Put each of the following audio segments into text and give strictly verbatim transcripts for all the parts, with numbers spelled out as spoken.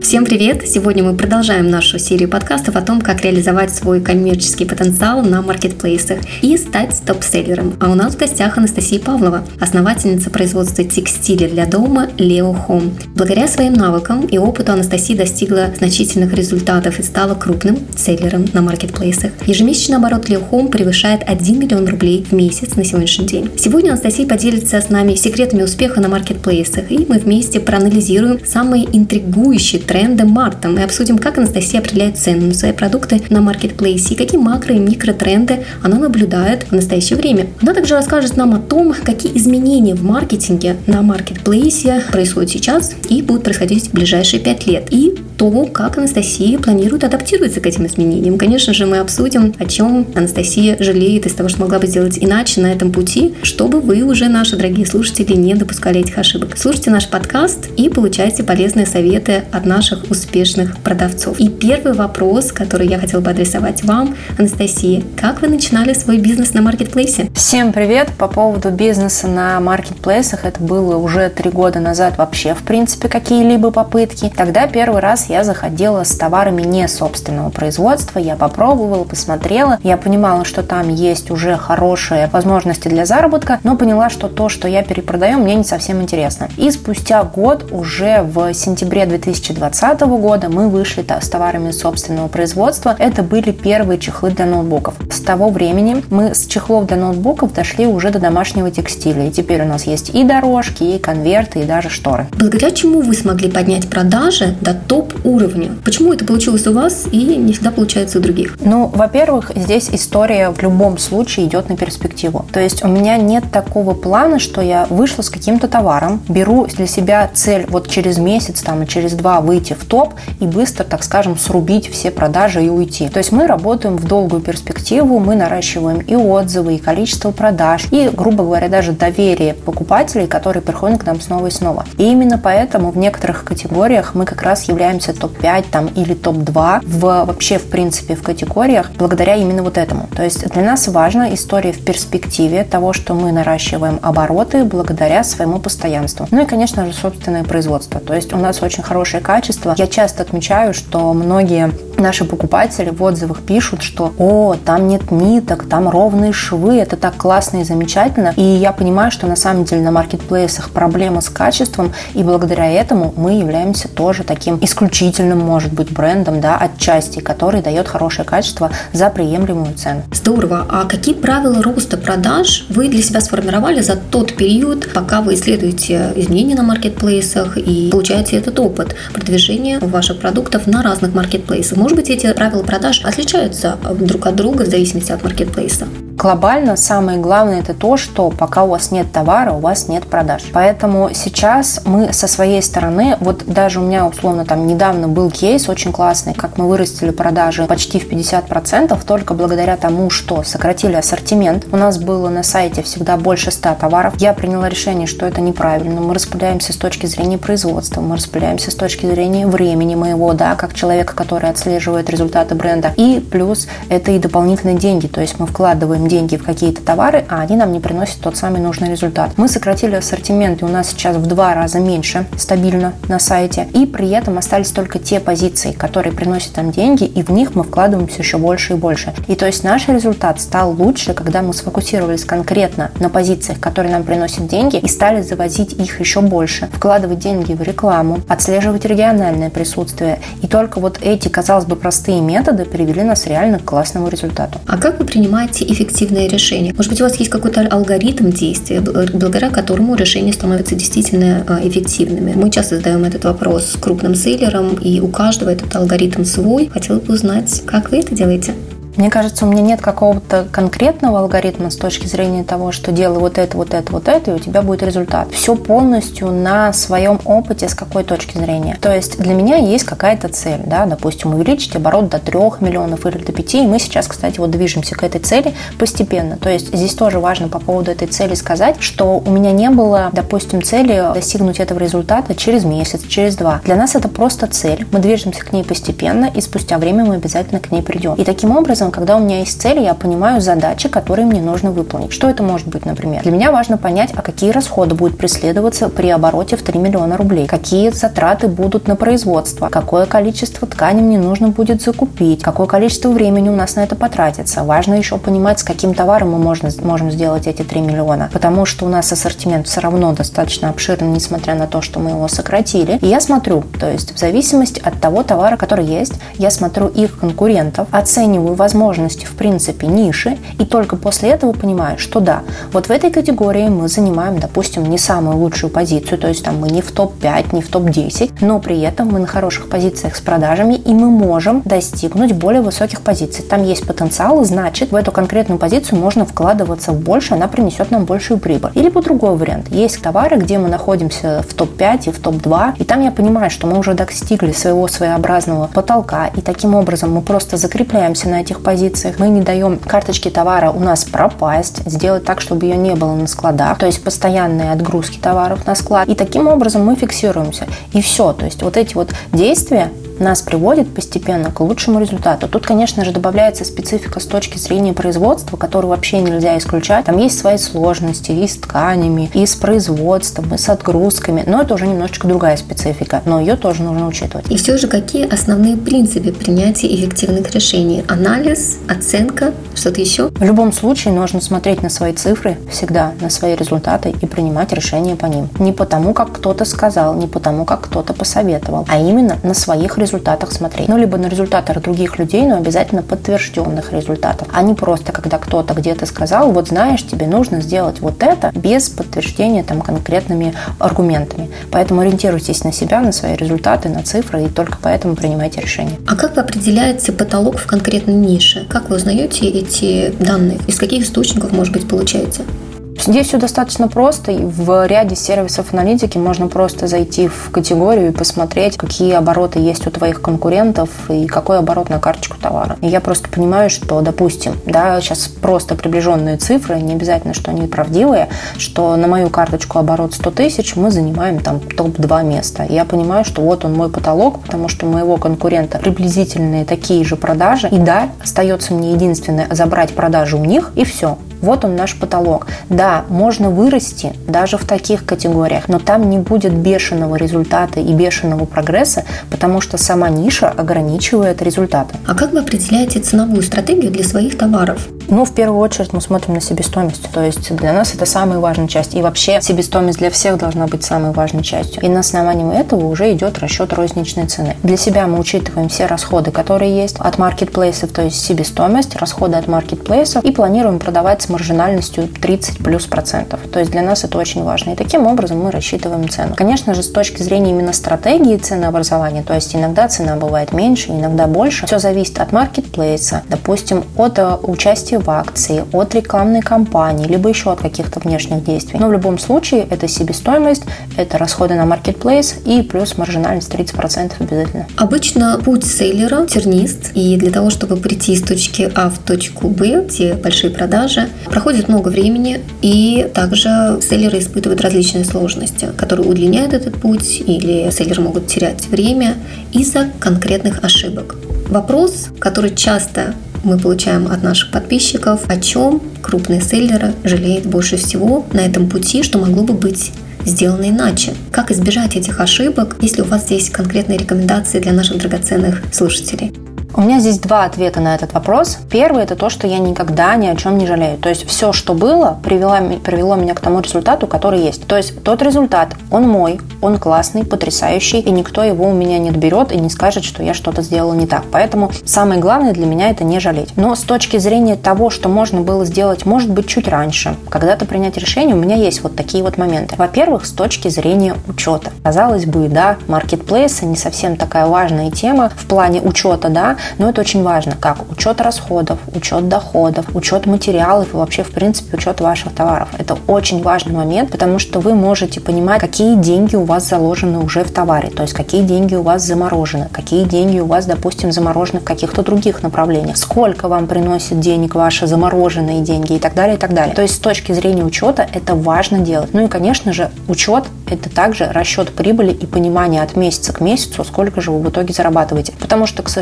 Всем привет! Сегодня мы продолжаем нашу серию подкастов о том, как реализовать свой коммерческий потенциал на маркетплейсах и стать топ-селлером. А у нас в гостях Анастасия Павлова, основательница производства текстиля для дома Leo Home. Благодаря своим навыкам и опыту Анастасия достигла значительных результатов и стала крупным селлером на маркетплейсах. Ежемесячный оборот Leo Home превышает один миллион рублей в месяц на сегодняшний день. Сегодня Анастасия поделится с нами секретами успеха на маркетплейсах, и мы вместе проанализируем самые интригующие тренды тренды марта. Мы обсудим, как Анастасия определяет цену на свои продукты на маркетплейсе и какие макро- и микротренды она наблюдает в настоящее время. Она также расскажет нам о том, какие изменения в маркетинге на маркетплейсе происходят сейчас и будут происходить в ближайшие пять лет. И то, как Анастасия планирует адаптироваться к этим изменениям. Конечно же, мы обсудим, о чем Анастасия жалеет из того, что могла бы сделать иначе на этом пути, чтобы вы уже, наши дорогие слушатели, не допускали этих ошибок. Слушайте наш подкаст и получайте полезные советы от наших успешных продавцов. И первый вопрос, который я хотела бы адресовать вам, Анастасия: как вы начинали свой бизнес на маркетплейсе? Всем привет! По поводу бизнеса на маркетплейсах, это было уже три года назад вообще, в принципе, какие-либо попытки. Тогда первый раз я заходила с товарами не собственного производства, я попробовала, посмотрела, я понимала, что там есть уже хорошие возможности для заработка, но поняла, что то, что я перепродаю, мне не совсем интересно. И спустя год, уже в сентябре две тысячи двадцатого года, мы вышли с товарами собственного производства. Это были первые чехлы для ноутбуков. С того времени мы с чехлов для ноутбуков дошли уже до домашнего текстиля. И теперь у нас есть и дорожки, и конверты, и даже шторы. Благодаря чему вы смогли поднять продажи до топ-уровня? Почему это получилось у вас и не всегда получается у других? Ну, во-первых, здесь история в любом случае идет на перспективу. То есть у меня нет такого плана, что я вышла с каким-то товаром, беру для себя цель вот через месяц там, и через два выйти в топ и быстро, так скажем, срубить все продажи и уйти. То есть мы работаем в долгую перспективу, мы наращиваем и отзывы, и количество продаж, и, грубо говоря, даже доверие покупателей, которые приходят к нам снова и снова. И именно поэтому в некоторых категориях мы как раз являемся топ пять там, или топ два в, вообще, в принципе, в категориях благодаря именно вот этому. То есть для нас важна история в перспективе того, что мы наращиваем обороты благодаря своему постоянству. Ну и, конечно же, собственное производство. То есть у нас очень хорошее качество. Я часто отмечаю, что многие наши покупатели в отзывах пишут, что «О, там нет ниток, там ровные швы, это так классно и замечательно». И я понимаю, что на самом деле на маркетплейсах проблема с качеством, и благодаря этому мы являемся тоже таким исключительным, может быть, брендом, да, отчасти, который дает хорошее качество за приемлемую цену. Здорово. А какие правила роста продаж вы для себя сформировали за тот период, пока вы исследуете изменения на маркетплейсах и получаете этот опыт продвижения ваших продуктов на разных маркетплейсах? Может быть, эти правила продаж отличаются друг от друга в зависимости от маркетплейса? Глобально самое главное это то, что пока у вас нет товара, у вас нет продаж. Поэтому сейчас мы со своей стороны, вот даже у меня условно там недавно был кейс очень классный, как мы вырастили продажи почти в пятьдесят процентов только благодаря тому, что сократили ассортимент. У нас было на сайте всегда больше ста товаров. Я приняла решение, что это неправильно. Мы распыляемся с точки зрения производства, мы распыляемся с точки зрения времени моего, да, как человека, который отслеживает результаты бренда. И плюс это и дополнительные деньги, то есть мы вкладываем деньги в какие-то товары, а они нам не приносят тот самый нужный результат. Мы сократили ассортимент, и у нас сейчас в два раза меньше стабильно на сайте, и при этом остались только те позиции, которые приносят нам деньги, и в них мы вкладываемся еще больше и больше. И то есть наш результат стал лучше, когда мы сфокусировались конкретно на позициях, которые нам приносят деньги, и стали завозить их еще больше, вкладывать деньги в рекламу, отслеживать региональное присутствие. И только вот эти, казалось бы, простые методы привели нас реально к классному результату. А как вы принимаете эффективные решения? Может быть, у вас есть какой-то алгоритм действия, благодаря которому решения становятся действительно эффективными? Мы часто задаем этот вопрос крупным селлерам, и у каждого этот алгоритм свой. Хотела бы узнать, как вы это делаете? Мне кажется, у меня нет какого-то конкретного алгоритма с точки зрения того, что делай вот это, вот это, вот это, и у тебя будет результат. Все полностью на своем опыте, с какой точки зрения. То есть для меня есть какая-то цель, да, допустим, увеличить оборот до трех миллионов или до пяти, и мы сейчас, кстати, вот движемся к этой цели постепенно. То есть здесь тоже важно по поводу этой цели сказать, что у меня не было, допустим, цели достигнуть этого результата через месяц, через два. Для нас это просто цель, мы движемся к ней постепенно, и спустя время мы обязательно к ней придем. И таким образом образом, когда у меня есть цель, я понимаю задачи, которые мне нужно выполнить. Что это может быть, например? Для меня важно понять, а какие расходы будут преследоваться при обороте в три миллиона рублей, какие затраты будут на производство, какое количество ткани мне нужно будет закупить, какое количество времени у нас на это потратится. Важно еще понимать, с каким товаром мы можно, можем сделать эти три миллиона, потому что у нас ассортимент все равно достаточно обширный, несмотря на то, что мы его сократили. И я смотрю, то есть в зависимости от того товара, который есть, я смотрю их конкурентов, оцениваю возможности, в принципе, ниши, и только после этого понимаю, что да, вот в этой категории мы занимаем, допустим, не самую лучшую позицию, то есть там мы не в топ пять, не в топ десять, но при этом мы на хороших позициях с продажами, и мы можем достигнуть более высоких позиций. Там есть потенциал, значит, в эту конкретную позицию можно вкладываться в больше, она принесет нам большую прибыль. Или по другой вариант. Есть товары, где мы находимся в топ пять и в топ два, и там я понимаю, что мы уже достигли своего своеобразного потолка, и таким образом мы просто закрепляемся на этих позициях. Мы не даем карточке товара у нас пропасть, сделать так, чтобы ее не было на складах, то есть постоянные отгрузки товаров на склад. И таким образом мы фиксируемся. И все. То есть вот эти вот действия нас приводит постепенно к лучшему результату. Тут, конечно же, добавляется специфика с точки зрения производства, которую вообще нельзя исключать. Там есть свои сложности и с тканями, и с производством, и с отгрузками, но это уже немножечко другая специфика, но ее тоже нужно учитывать. И все же, какие основные принципы принятия эффективных решений? Анализ, оценка, что-то еще? В любом случае нужно смотреть на свои цифры, всегда на свои результаты и принимать решения по ним. Не потому, как кто-то сказал, не потому, как кто-то посоветовал, а именно на своих результатах. результатах смотреть. Ну, либо на результатах других людей, но обязательно подтвержденных результатов. А не просто, когда кто-то где-то сказал, вот знаешь, тебе нужно сделать вот это, без подтверждения там конкретными аргументами. Поэтому ориентируйтесь на себя, на свои результаты, на цифры, и только поэтому принимайте решения. А как вы определяете потолок в конкретной нише? Как вы узнаете эти данные? Из каких источников, может быть, получаете? Здесь все достаточно просто. В ряде сервисов аналитики можно просто зайти в категорию и посмотреть, какие обороты есть у твоих конкурентов и какой оборот на карточку товара. И я просто понимаю, что, допустим, да, сейчас просто приближенные цифры, не обязательно, что они правдивые, что на мою карточку оборот сто тысяч, мы занимаем там топ два места. И я понимаю, что вот он мой потолок, потому что у моего конкурента приблизительные такие же продажи. И да, остается мне единственное забрать продажи у них, и все. Вот он наш потолок. Да, можно вырасти даже в таких категориях, но там не будет бешеного результата и бешеного прогресса, потому что сама ниша ограничивает результаты. А как вы определяете ценовую стратегию для своих товаров? Ну, в первую очередь мы смотрим на себестоимость. То есть для нас это самая важная часть. И вообще себестоимость для всех должна быть самой важной частью. И на основании этого уже идет расчет розничной цены. Для себя мы учитываем все расходы, которые есть от маркетплейсов, то есть себестоимость, расходы от маркетплейсов, и планируем продавать с маржинальностью тридцать плюс процентов. То есть для нас это очень важно. И таким образом мы рассчитываем цену. Конечно же, с точки зрения именно стратегии ценообразования, то есть иногда цена бывает меньше, иногда больше. Все зависит от маркетплейса, допустим, от участия в акции, от рекламной кампании, либо еще от каких-то внешних действий. Но в любом случае это себестоимость, это расходы на маркетплейс и плюс маржинальность тридцать процентов обязательно. Обычно путь селлера тернист, и для того, чтобы прийти из точки А в точку Б, где большие продажи, проходит много времени, и также селлеры испытывают различные сложности, которые удлиняют этот путь, или селлеры могут терять время из-за конкретных ошибок. Вопрос, который часто мы получаем от наших подписчиков, о чем крупные селлеры жалеют больше всего на этом пути, что могло бы быть сделано иначе. Как избежать этих ошибок, если у вас есть конкретные рекомендации для наших драгоценных слушателей? У меня здесь два ответа на этот вопрос. Первый – это то, что я никогда ни о чем не жалею. То есть все, что было, привело, привело меня к тому результату, который есть. То есть тот результат, он мой, он классный, потрясающий, и никто его у меня не отберет и не скажет, что я что-то сделала не так. Поэтому самое главное для меня – это не жалеть. Но с точки зрения того, что можно было сделать, может быть, чуть раньше, когда-то принять решение, у меня есть вот такие вот моменты. Во-первых, с точки зрения учета. Казалось бы, да, маркетплейсы не совсем такая важная тема в плане учета, да, но это очень важно, как учет расходов, учет доходов, учет материалов и вообще, в принципе, учет ваших товаров. Это очень важный момент, потому что вы можете понимать, какие деньги у вас заложены уже в товаре, то есть какие деньги у вас заморожены, какие деньги у вас, допустим, заморожены в каких-то других направлениях, сколько вам приносит денег ваши замороженные деньги и так далее, и так далее. То есть с точки зрения учета это важно делать. Ну и, конечно же, учет – это также расчет прибыли и понимание от месяца к месяцу, сколько же вы в итоге зарабатываете. Потому что, к сожалению,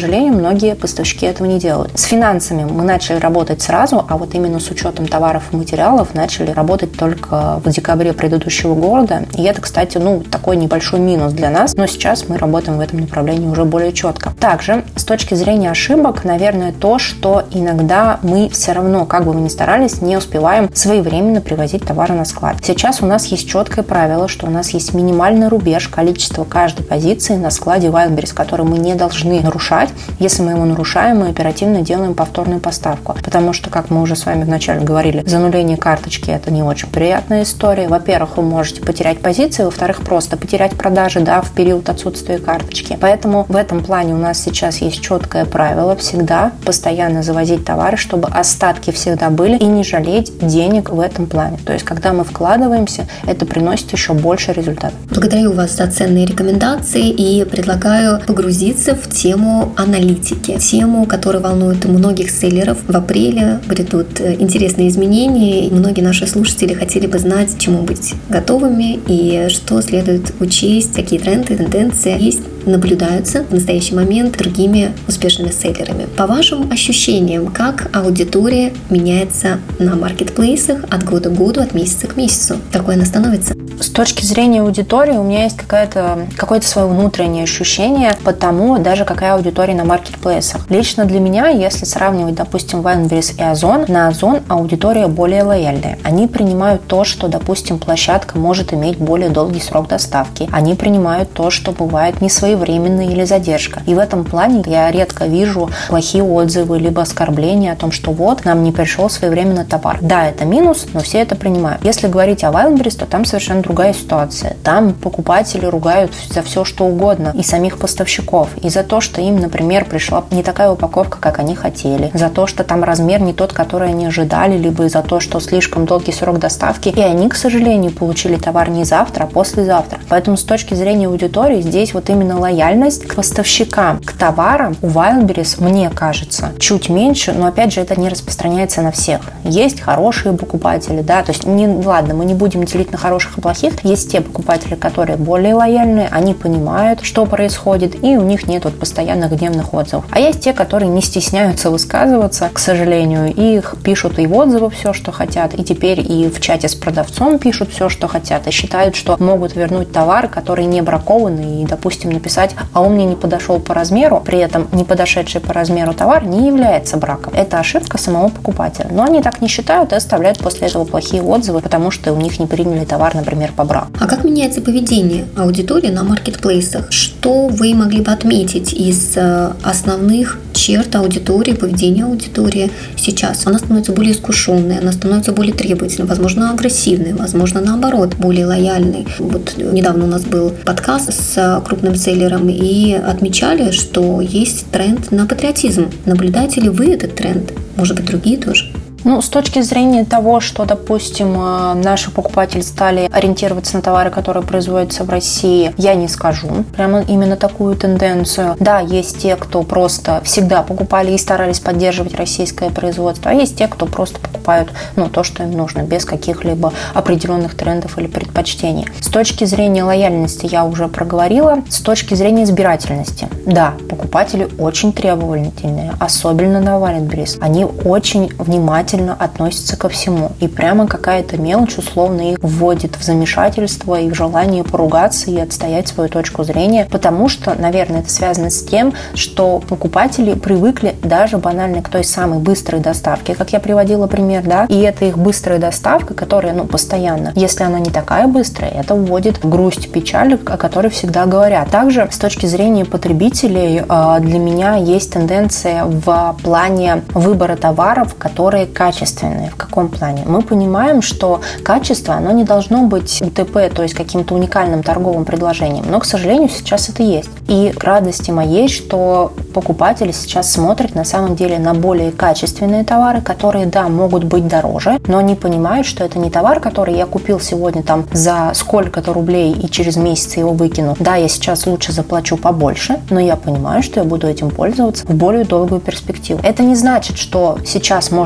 многие поставщики этого не делают. С финансами мы начали работать сразу, а вот именно с учетом товаров и материалов начали работать только в декабре предыдущего года. И это, кстати, ну, такой небольшой минус для нас, но сейчас мы работаем в этом направлении уже более четко. Также, с точки зрения ошибок, наверное, то, что иногда мы все равно, как бы мы ни старались, не успеваем своевременно привозить товары на склад. Сейчас у нас есть четкое правило, что у нас есть минимальный рубеж количества каждой позиции на складе Wildberries, который мы не должны нарушать. Если мы его нарушаем, мы оперативно делаем повторную поставку. Потому что, как мы уже с вами вначале говорили, зануление карточки – это не очень приятная история. Во-первых, вы можете потерять позиции, во-вторых, просто потерять продажи, да, в период отсутствия карточки. Поэтому в этом плане у нас сейчас есть четкое правило всегда постоянно завозить товары, чтобы остатки всегда были, и не жалеть денег в этом плане. То есть, когда мы вкладываемся, это приносит еще больше результатов. Благодарю вас за ценные рекомендации и предлагаю погрузиться в тему аналитики, тему, которая волнует многих селлеров. В апреле грядут интересные изменения, и многие наши слушатели хотели бы знать, чему быть готовыми и что следует учесть, какие тренды, тенденции есть, наблюдаются в настоящий момент другими успешными селлерами. По вашим ощущениям, как аудитория меняется на маркетплейсах от года к году, от месяца к месяцу? Какой она становится? С точки зрения аудитории у меня есть какое-то, какое-то свое внутреннее ощущение по тому, даже какая аудитория на маркетплейсах. Лично для меня, если сравнивать, допустим, Wildberries и Озон, на Озон аудитория более лояльная. Они принимают то, что, допустим, площадка может иметь более долгий срок доставки. Они принимают то, что бывает не своевременная или задержка. И в этом плане я редко вижу плохие отзывы либо оскорбления о том, что вот, нам не пришел своевременно товар. Да, это минус, но все это принимают. Если говорить о Wildberries, то там совершенно другая ситуация. Там покупатели ругают за все, что угодно, и самих поставщиков, и за то, что им, например, пришла не такая упаковка, как они хотели, за то, что там размер не тот, который они ожидали, либо за то, что слишком долгий срок доставки, и они, к сожалению, получили товар не завтра, а послезавтра. Поэтому с точки зрения аудитории здесь вот именно лояльность к поставщикам, к товарам у Wildberries, мне кажется, чуть меньше, но опять же это не распространяется на всех. Есть хорошие покупатели, да, то есть не, ладно, мы не будем делить на хороших и плохих. Есть те покупатели, которые более лояльные, они понимают, что происходит, и у них нет вот постоянных гневных отзывов. А есть те, которые не стесняются высказываться, к сожалению, и их пишут и в отзывах все, что хотят, и теперь и в чате с продавцом пишут все, что хотят, и считают, что могут вернуть товар, который не бракованный, и, допустим, написать, а он мне не подошел по размеру, при этом не подошедший по размеру товар не является браком. Это ошибка самого покупателя. Но они так не считают и оставляют после этого плохие отзывы, потому что у них не приняли товар, например, по браку. А как меняется поведение аудитории на маркетплейсах? Что вы могли бы отметить из основных черт аудитории, поведения аудитории сейчас? Она становится более искушенной, она становится более требовательной, возможно, агрессивной, возможно, наоборот, более лояльной. Вот недавно у нас был подкаст с крупным селлером, и отмечали, что есть тренд на патриотизм. Наблюдаете ли вы этот тренд? Может быть, другие тоже? Ну, с точки зрения того, что, допустим, наши покупатели стали ориентироваться на товары, которые производятся в России, я не скажу прямо именно такую тенденцию. Да, есть те, кто просто всегда покупали и старались поддерживать российское производство, а есть те, кто просто покупают, ну, то, что им нужно, без каких-либо определенных трендов или предпочтений. С точки зрения лояльности я уже проговорила. С точки зрения избирательности, да, покупатели очень требовательные, особенно на Wildberries. Они очень внимательны относятся ко всему. И прямо какая-то мелочь условно их вводит в замешательство и в желание поругаться и отстоять свою точку зрения, потому что, наверное, это связано с тем, что покупатели привыкли даже банально к той самой быстрой доставке, как я приводила пример, да, и это их быстрая доставка, которая, ну, постоянно, если она не такая быстрая, это вводит в грусть, печаль, о которой всегда говорят. Также с точки зрения потребителей для меня есть тенденция в плане выбора товаров, которые качественные. В каком плане? Мы понимаем, что качество, оно не должно быть УТП, то есть каким-то уникальным торговым предложением. Но, к сожалению, сейчас это есть. И к радости моей, что покупатели сейчас смотрят на самом деле на более качественные товары, которые, да, могут быть дороже, но они понимают, что это не товар, который я купил сегодня там за сколько-то рублей и через месяц его выкину. Да, я сейчас лучше заплачу побольше, но я понимаю, что я буду этим пользоваться в более долгую перспективу. Это не значит, что сейчас можно заходить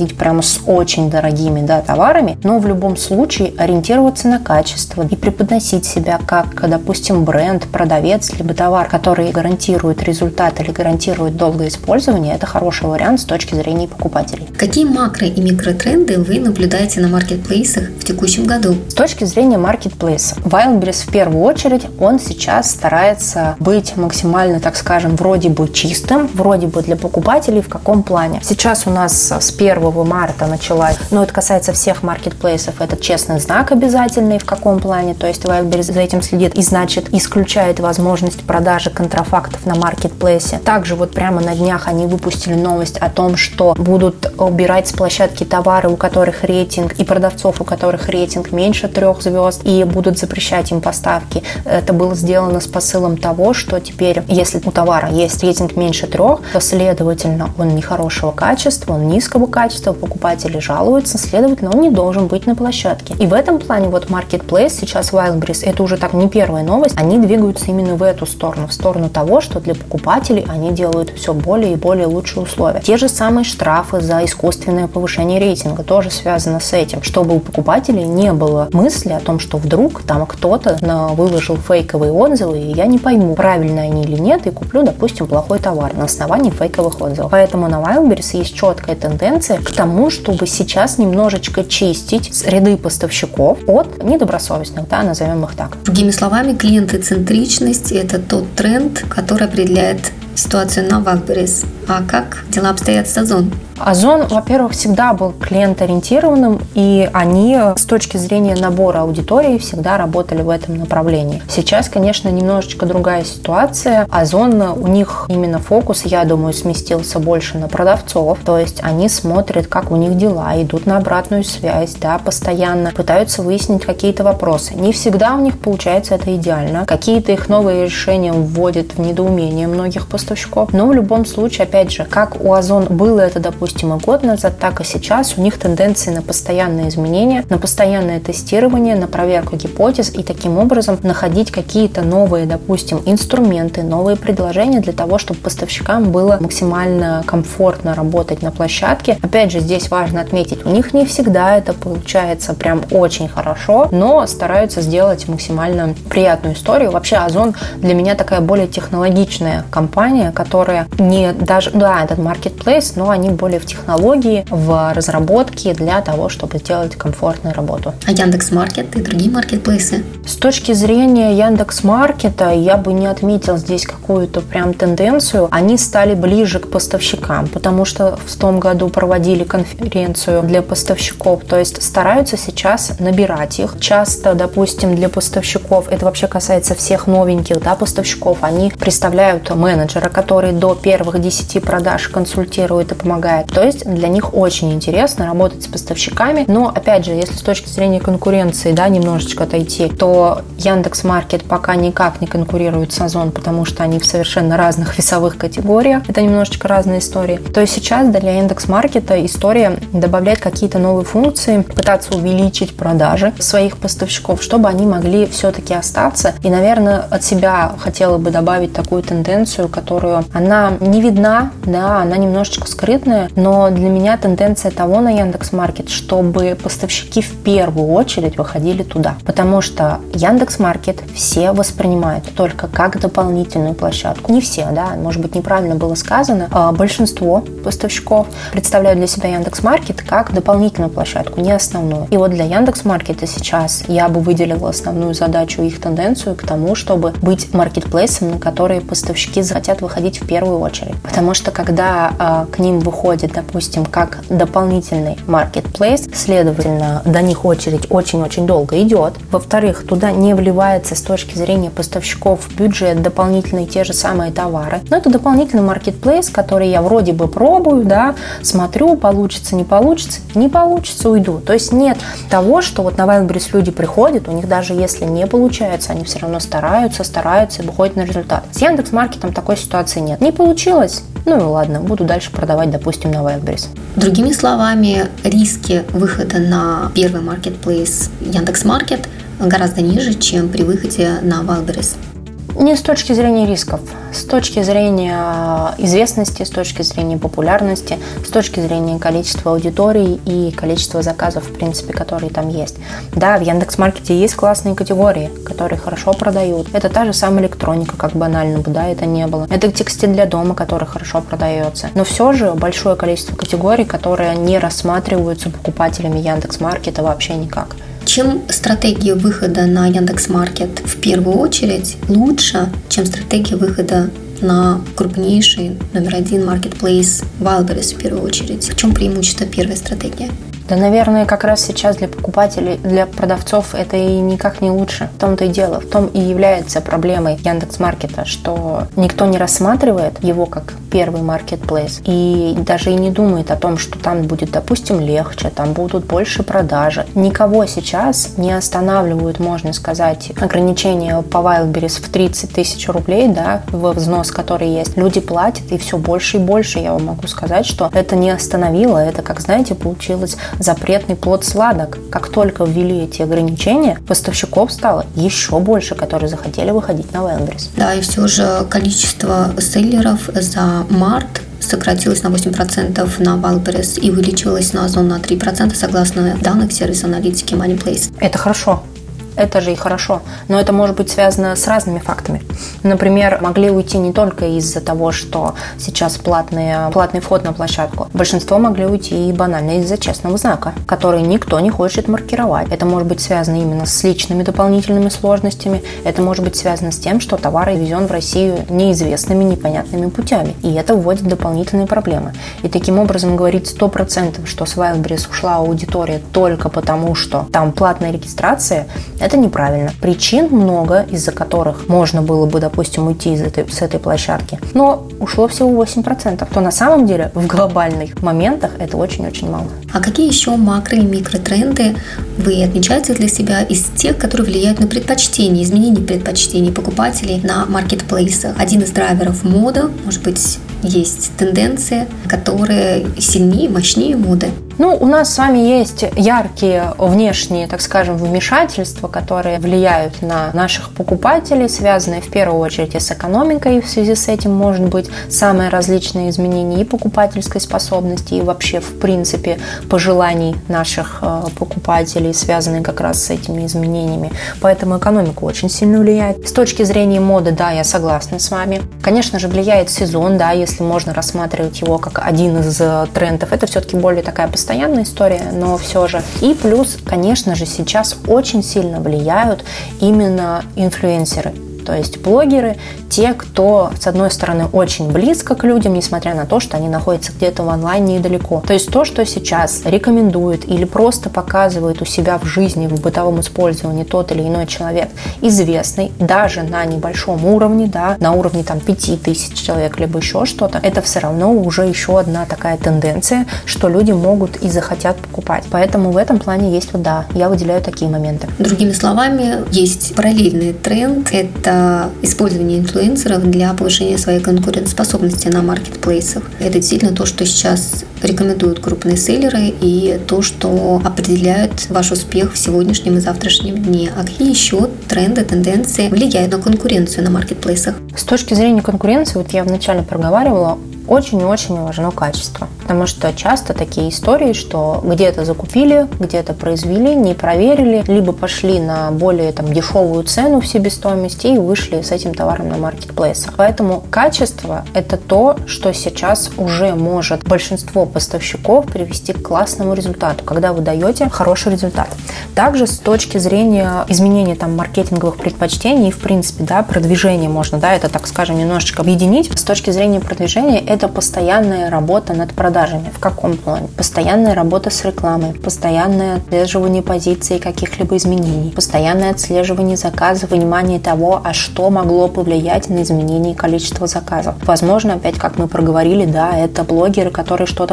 выходить прямо с очень дорогими, да, товарами, но в любом случае ориентироваться на качество и преподносить себя как, допустим, бренд, продавец, либо товар, который гарантирует результат или гарантирует долгое использование, это хороший вариант с точки зрения покупателей. Какие макро- и микротренды вы наблюдаете на маркетплейсах в текущем году? С точки зрения маркетплейса, Wildberries в первую очередь, он сейчас старается быть максимально, так скажем, вроде бы чистым, вроде бы для покупателей. В каком плане? Сейчас у нас с первого марта началась, но это касается всех маркетплейсов, это честный знак обязательный. В каком плане? То есть Wildberries за этим следит и, значит, исключает возможность продажи контрафактов на маркетплейсе. Также вот прямо на днях они выпустили новость о том, что будут убирать с площадки товары, у которых рейтинг, и продавцов, у которых рейтинг меньше трех звезд, и будут запрещать им поставки. Это было сделано с посылом того, что теперь, если у товара есть рейтинг меньше трех, то, следовательно, он нехорошего качества, он низкого качества, покупатели жалуются, следовательно, он не должен быть на площадке. И в этом плане вот Marketplace, сейчас Wildberries, это уже так не первая новость, они двигаются именно в эту сторону, в сторону того, что для покупателей они делают все более и более лучшие условия. Те же самые штрафы за искусственное повышение рейтинга тоже связано с этим, чтобы у покупателей не было мысли о том, что вдруг там кто-то выложил фейковые отзывы, и я не пойму, правильно они или нет, и куплю, допустим, плохой товар на основании фейковых отзывов. Поэтому на Wildberries есть четкая тенденция к тому, чтобы сейчас немножечко чистить ряды поставщиков от недобросовестных, да, назовем их так. Другими словами, клиентоцентричность – это тот тренд, который определяет ситуацию на Wildberries. А как дела обстоят с Озон? Озон, во-первых, всегда был клиентоориентированным, и они с точки зрения набора аудитории всегда работали в этом направлении. Сейчас, конечно, немножечко другая ситуация. Озон, у них именно фокус, я думаю, сместился больше на продавцов, то есть они смотрят, как у них дела, идут на обратную связь, да, постоянно пытаются выяснить какие-то вопросы. Не всегда у них получается это идеально. Какие-то их новые решения вводят в недоумение многих поставщиков, но в любом случае, опять же, как у Озон было это, допустим, допустим, и год назад, так и сейчас у них тенденции на постоянные изменения, на постоянное тестирование, на проверку гипотез и таким образом находить какие-то новые, допустим, инструменты, новые предложения для того, чтобы поставщикам было максимально комфортно работать на площадке. Опять же, здесь важно отметить, у них не всегда это получается прям очень хорошо, но стараются сделать максимально приятную историю. Вообще, Озон для меня такая более технологичная компания, которая не даже, да, этот маркетплейс, но они более в технологии, в разработке для того, чтобы сделать комфортную работу. А Яндекс.Маркет и другие маркетплейсы? С точки зрения Яндекс.Маркета я бы не отметил здесь какую-то прям тенденцию. Они стали ближе к поставщикам, потому что в том году проводили конференцию для поставщиков, то есть стараются сейчас набирать их. Часто, допустим, для поставщиков, это вообще касается всех новеньких, да, поставщиков, они представляют менеджера, который до первых десяти продаж консультирует и помогает. То есть для них очень интересно работать с поставщиками. Но, опять же, если с точки зрения конкуренции, да, немножечко отойти, то Яндекс.Маркет пока никак не конкурирует с Озон, потому что они в совершенно разных весовых категориях. Это немножечко разные истории. То есть сейчас для Яндекс.Маркета история добавлять какие-то новые функции, пытаться увеличить продажи своих поставщиков, чтобы они могли все-таки остаться. И, наверное, от себя хотела бы добавить такую тенденцию, которую она не видна, да, она немножечко скрытная, но для меня тенденция того на Яндекс.Маркет, чтобы поставщики в первую очередь выходили туда. Потому что Яндекс.Маркет все воспринимают только как дополнительную площадку. Не все, да, может быть, неправильно было сказано. А большинство поставщиков представляют для себя Яндекс.Маркет как дополнительную площадку, не основную. И вот для Яндекс.Маркета сейчас я бы выделила основную задачу, их тенденцию к тому, чтобы быть маркетплейсом, на который поставщики захотят выходить в первую очередь. Потому что когда а, к ним выходит, допустим, как дополнительный маркетплейс, следовательно, до них очередь очень-очень долго идет. Во-вторых, туда не вливается с точки зрения поставщиков в бюджет дополнительные те же самые товары. Но это дополнительный маркетплейс, который я вроде бы пробую, да, смотрю, получится, не получится, не получится, уйду. То есть нет того, что вот на Wildberries люди приходят, у них даже если не получается, они все равно стараются, стараются и выходят на результат. С Яндекс.Маркетом такой ситуации нет. Не получилось? Ну и ладно, буду дальше продавать, допустим, на Wildberries. Другими словами, риски выхода на первый маркетплейс Яндекс.Маркет гораздо ниже, чем при выходе на Wildberries. Не с точки зрения рисков, с точки зрения известности, с точки зрения популярности, с точки зрения количества аудиторий и количества заказов, в принципе, которые там есть. Да, в Яндекс.Маркете есть классные категории, которые хорошо продают. Это та же самая электроника, как банально бы, да, это не было. Это текстиль для дома, который хорошо продается. Но все же большое количество категорий, которые не рассматриваются покупателями Яндекс.Маркета вообще никак. Чем стратегия выхода на Яндекс.Маркет в первую очередь лучше, чем стратегия выхода на крупнейший номер один маркетплейс Wildberries в первую очередь? В чем преимущество первой стратегии? Да, наверное, как раз сейчас для покупателей, для продавцов это и никак не лучше. В том-то и дело, в том и является проблемой Яндекс.Маркета, что никто не рассматривает его как первый маркетплейс и даже и не думает о том, что там будет, допустим, легче, там будут больше продажи. Никого сейчас не останавливают, можно сказать, ограничения по Wildberries в тридцать тысяч рублей, да, в взнос, который есть. Люди платят, и все больше и больше. Я вам могу сказать, что это не остановило, это, как знаете, получилось запретный плод сладок. Как только ввели эти ограничения, поставщиков стало еще больше, которые захотели выходить на Wildberries. Да, и все же количество селлеров за март сократилось на восемь процентов на Wildberries и увеличилось на Озон на три процента согласно данных сервиса аналитики Moneyplace. Это хорошо. Это же и хорошо. Но это может быть связано с разными фактами. Например, могли уйти не только из-за того, что сейчас платные, платный вход на площадку. Большинство могли уйти и банально из-за честного знака, который никто не хочет маркировать. Это может быть связано именно с личными дополнительными сложностями. Это может быть связано с тем, что товар везен в Россию неизвестными, непонятными путями. И это вводит дополнительные проблемы. И таким образом говорить сто процентов, что с Wildberries ушла аудитория только потому, что там платная регистрация, это неправильно. Причин много, из-за которых можно было бы, допустим, уйти из этой, с этой площадки. Но ушло всего восемь процентов. То на самом деле в глобальных моментах это очень-очень мало. А какие еще макро- и микротренды вы отмечаете для себя из тех, которые влияют на предпочтения, изменение предпочтений покупателей на маркетплейсах? Один из драйверов — мода. Может быть, есть тенденции, которые сильнее, мощнее моды? Ну, у нас с вами есть яркие внешние, так скажем, вмешательства, которые влияют на наших покупателей, связанные в первую очередь и с экономикой. И в связи с этим может быть самые различные изменения и покупательской способности, и вообще, в принципе, пожеланий наших покупателей, связанные как раз с этими изменениями. Поэтому экономика очень сильно влияет. С точки зрения моды, да, я согласна с вами. Конечно же, влияет сезон, да, если можно рассматривать его как один из трендов. Это все-таки более такая постоянная постоянная история, но все же. И плюс, конечно же, сейчас очень сильно влияют именно инфлюенсеры. То есть блогеры, те, кто, с одной стороны, очень близко к людям, несмотря на то, что они находятся где-то в онлайне и далеко. То есть то, что сейчас рекомендует или просто показывает у себя в жизни, в бытовом использовании тот или иной человек, известный, даже на небольшом уровне, да, на уровне там пяти тысяч человек, либо еще что-то, это все равно уже еще одна такая тенденция, что люди могут и захотят покупать. Поэтому в этом плане есть вот, да, я выделяю такие моменты. Другими словами, есть параллельный тренд, это использование инфлюенсеров для повышения своей конкурентоспособности на маркетплейсах. Это действительно то, что сейчас рекомендуют крупные селлеры, и то, что определяет ваш успех в сегодняшнем и завтрашнем дне. А какие еще тренды, тенденции влияют на конкуренцию на маркетплейсах? С точки зрения конкуренции, вот я вначале проговаривала, очень и очень важно качество. Потому что часто такие истории, что где-то закупили, где-то произвели, не проверили, либо пошли на более там, дешевую цену в себестоимости и вышли с этим товаром на маркетплейсах. Поэтому качество – это то, что сейчас уже может большинство поставщиков привести к классному результату, когда вы даете хороший результат. Также с точки зрения изменения там, маркетинговых предпочтений и, в принципе, да, продвижения можно, да, это, так скажем, немножечко объединить. С точки зрения продвижения – это постоянная работа над продажами. В каком плане? Постоянная работа с рекламой, постоянное отслеживание позиций каких-либо изменений, постоянное отслеживание заказов, понимание того, а что могло повлиять на изменение количества заказов. Возможно, опять, как мы проговорили, да, это блогеры, которые что-то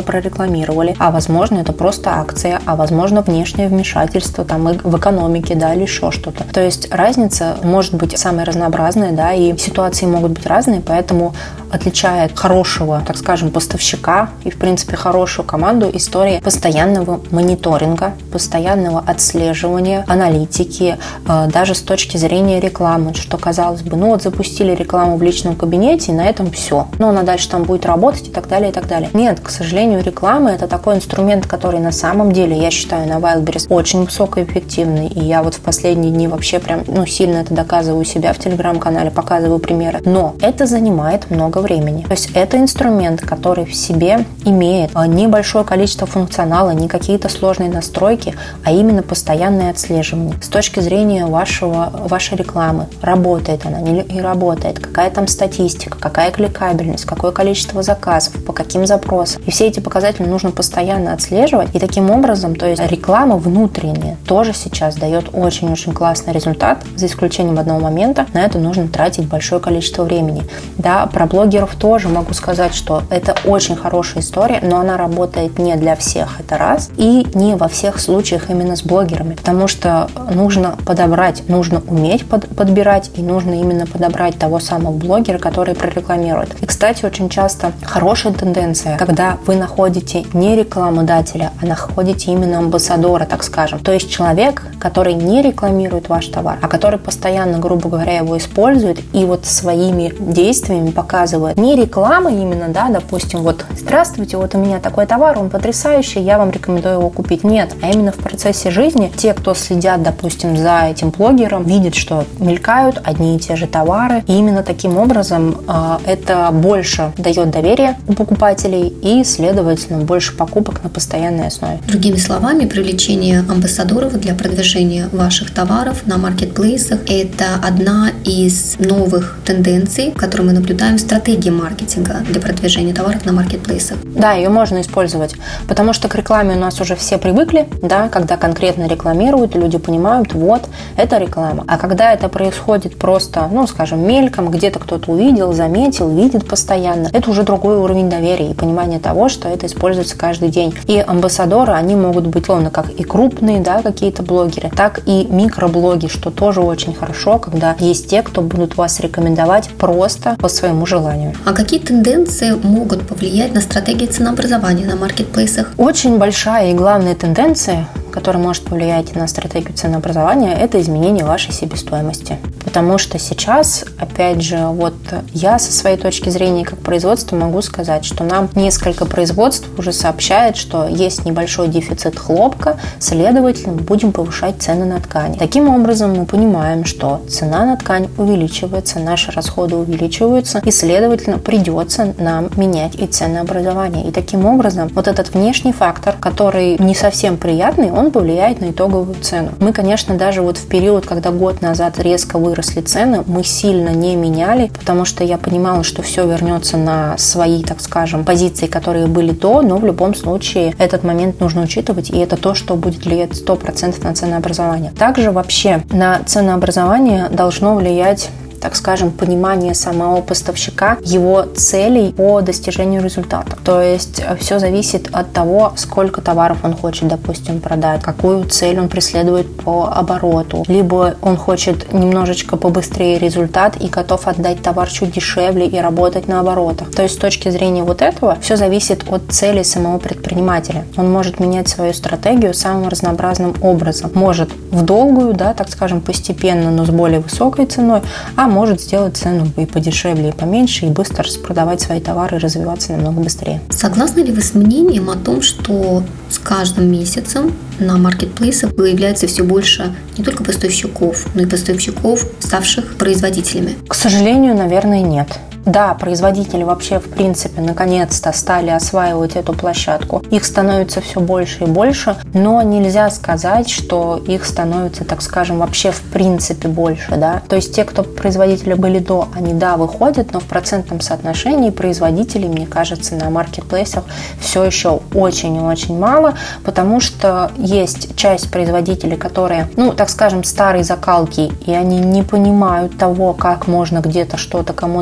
прорекламировали, а возможно это просто акция, а возможно внешнее вмешательство там в экономике, да, или еще что-то. То есть разница может быть самая разнообразная, да, и ситуации могут быть разные, поэтому отличает хорошего, так скажем, поставщика и, в принципе, хорошую команду история постоянного мониторинга, постоянного отслеживания, аналитики, э, даже с точки зрения рекламы, что, казалось бы, ну вот запустили рекламу в личном кабинете, и на этом все. Но она дальше там будет работать и так далее, и так далее. Нет, к сожалению, реклама – это такой инструмент, который на самом деле, я считаю, на Wildberries очень высокоэффективный, и я вот в последние дни вообще прям, ну, сильно это доказываю у себя в Телеграм-канале, показываю примеры. Но это занимает много времени. То есть это инструмент, который в себе имеет небольшое количество функционала, не какие-то сложные настройки, а именно постоянное отслеживание. С точки зрения вашего, вашей рекламы, работает она, не работает, какая там статистика, какая кликабельность, какое количество заказов, по каким запросам. И все эти показатели нужно постоянно отслеживать. И таким образом, то есть реклама внутренняя тоже сейчас дает очень-очень классный результат, за исключением одного момента. На это нужно тратить большое количество времени. Да, про блогеров тоже могу сказать, что это очень хорошая история, но она работает не для всех, это раз, и не во всех случаях именно с блогерами, потому что нужно подобрать, нужно уметь под, подбирать, и нужно именно подобрать того самого блогера, который прорекламирует. И, кстати, очень часто хорошая тенденция, когда вы находите не рекламодателя, а находите именно амбассадора, так скажем. То есть человек, который не рекламирует ваш товар, а который постоянно, грубо говоря, его использует и вот своими действиями показывает не реклама именно, да, допустим, вот здравствуйте, вот у меня такой товар, он потрясающий, я вам рекомендую его купить. Нет, а именно в процессе жизни те, кто следят, допустим, за этим блогером, видят, что мелькают одни и те же товары, и именно таким образом э, это больше дает доверие у покупателей и, следовательно, больше покупок на постоянной основе. Другими словами, привлечение амбассадоров для продвижения ваших товаров на маркетплейсах – это одна из новых тенденций, которые мы наблюдаем в стратегии маркетинга для продвижения товаров на маркетплейсах. Да, ее можно использовать, потому что к рекламе у нас уже все привыкли, да, когда конкретно рекламируют, люди понимают, вот, это реклама. А когда это происходит просто, ну, скажем, мельком, где-то кто-то увидел, заметил, видит постоянно, это уже другой уровень доверия и понимания того, что это используется каждый день. И амбассадоры, они могут быть, словно как и крупные, да, какие-то блогеры, так и микроблоги, что тоже очень хорошо, когда есть те, кто будут вас рекомендовать просто по своему желанию. А какие тенденции могут повлиять на стратегии ценообразования на маркетплейсах? Очень большая и главная тенденция, которая может повлиять на стратегию ценообразования, это изменение вашей себестоимости. Потому что сейчас, опять же, вот я со своей точки зрения как производства могу сказать, что нам несколько производств уже сообщает, что есть небольшой дефицит хлопка, следовательно, будем повышать цены на ткани. Таким образом, мы понимаем, что цена на ткань увеличивается, наши расходы увеличиваются, и, следовательно, придется нам менять и ценообразование. И таким образом, вот этот внешний фактор, который не совсем приятный, он повлияет на итоговую цену. Мы, конечно, даже вот в период, когда год назад резко выросли цены, мы сильно не меняли, потому что я понимала, что все вернется на свои, так скажем, позиции, которые были до, но в любом случае этот момент нужно учитывать, и это то, что будет влиять сто процентов на ценообразование. Также вообще на ценообразование должно влиять, так скажем, понимание самого поставщика, его целей по достижению результата. То есть все зависит от того, сколько товаров он хочет, допустим, продать, какую цель он преследует по обороту. Либо он хочет немножечко побыстрее результат и готов отдать товар чуть дешевле и работать на оборотах. То есть с точки зрения вот этого все зависит от цели самого предпринимателя. Он может менять свою стратегию самым разнообразным образом. Может в долгую, да, так скажем, постепенно, но с более высокой ценой, а может сделать цену и подешевле, и поменьше, и быстро распродавать свои товары и развиваться намного быстрее. Согласны ли вы с мнением о том, что с каждым месяцем на маркетплейсах появляется все больше не только поставщиков, но и поставщиков, ставших производителями? К сожалению, наверное, нет. Да, производители вообще, в принципе, наконец-то стали осваивать эту площадку. Их становится все больше и больше, но нельзя сказать, что их становится, так скажем, вообще в принципе больше, да. То есть те, кто производители были до, они, да, выходят, но в процентном соотношении производителей, мне кажется, на маркетплейсах все еще очень и очень мало, потому что есть часть производителей, которые, ну, так скажем, старые закалки, и они не понимают того, как можно где-то что-то кому-то продавать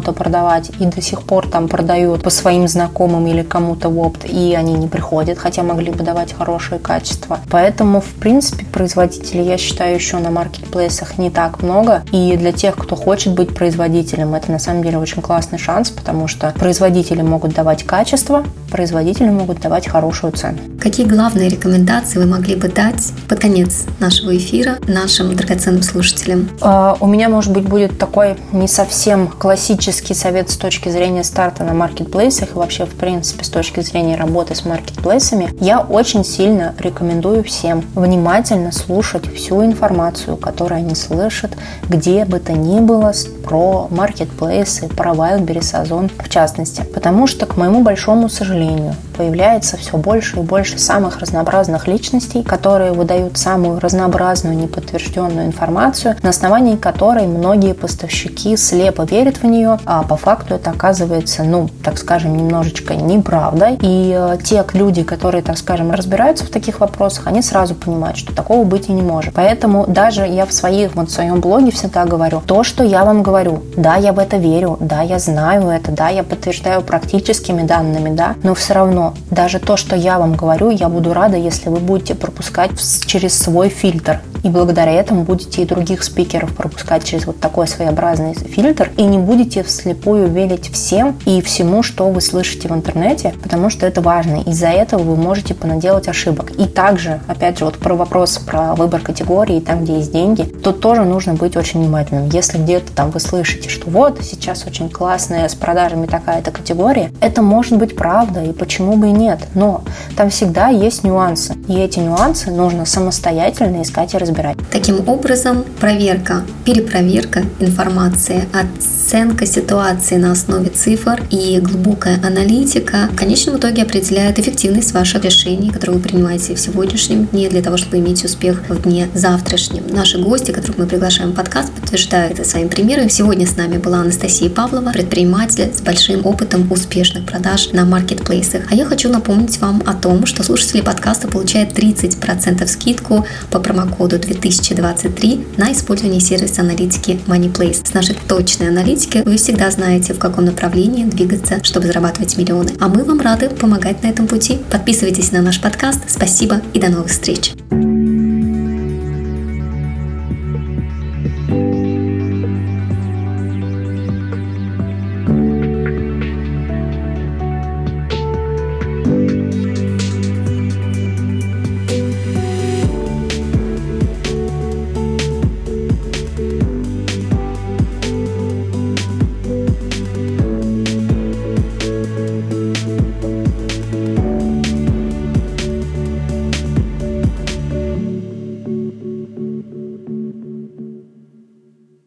продавать и до сих пор там продают по своим знакомым или кому-то в опт, и они не приходят, хотя могли бы давать хорошее качество. Поэтому, в принципе, производителей, я считаю, еще на маркетплейсах не так много. И для тех, кто хочет быть производителем, это на самом деле очень классный шанс, потому что производители могут давать качество, производители могут давать хорошую цену. Какие главные рекомендации вы могли бы дать под конец нашего эфира нашим драгоценным слушателям? Uh, у меня, может быть, будет такой не совсем классический совет с точки зрения старта на маркетплейсах и вообще, в принципе, с точки зрения работы с маркетплейсами. Я очень сильно рекомендую всем внимательно слушать всю информацию, которую они слышат, где бы то ни было, про маркетплейсы, про Wildberries, Озон в частности. Потому что, к моему большому сожалению, появляется все больше и больше самых разнообразных личностей, которые выдают самую разнообразную неподтвержденную информацию, на основании которой многие поставщики слепо верят в нее, а по факту это оказывается, ну, так скажем, немножечко неправдой. И э, те люди, которые, так скажем, разбираются в таких вопросах, они сразу понимают, что такого быть и не может. Поэтому даже я в, своих, вот, в своем блоге всегда говорю, то, что я вам говорю, да, я в это верю, да, я знаю это, да, я подтверждаю практическими данными, да, но все равно даже то, что я вам говорю, я буду рада, если вы будете пропускать через свой фильтр. И благодаря этому будете и других спикеров пропускать через вот такой своеобразный фильтр, и не будете вслепую верить всем и всему, что вы слышите в интернете, потому что это важно. Из-за этого вы можете понаделать ошибок. И также, опять же, вот про вопрос про выбор категории, там, где есть деньги, тут тоже нужно быть очень внимательным. Если где-то там вы слышите, что вот сейчас очень классная с продажами такая-то категория, это может быть правда, и почему бы и нет. Но там всегда есть нюансы. И эти нюансы нужно самостоятельно искать и разбирать. Таким образом, проверка, перепроверка информации, оценка ситуации на основе цифр и глубокая аналитика в конечном итоге определяют эффективность ваших решений, которые вы принимаете в сегодняшнем дне для того, чтобы иметь успех в дне завтрашнем. Наши гости, которых мы приглашаем в подкаст, подтверждают это своим примером. Сегодня с нами была Анастасия Павлова, предприниматель с большим опытом успешных продаж на маркетплейсах. А я хочу напомнить вам о том, что слушатели подкаста получают тридцать процентов скидку по промокоду две тысячи двадцать три на использование сервиса аналитики MoneyPlace. С нашей точной аналитики вы всегда знаете, в каком направлении двигаться, чтобы зарабатывать миллионы. А мы вам рады помогать на этом пути. Подписывайтесь на наш подкаст. Спасибо и до новых встреч!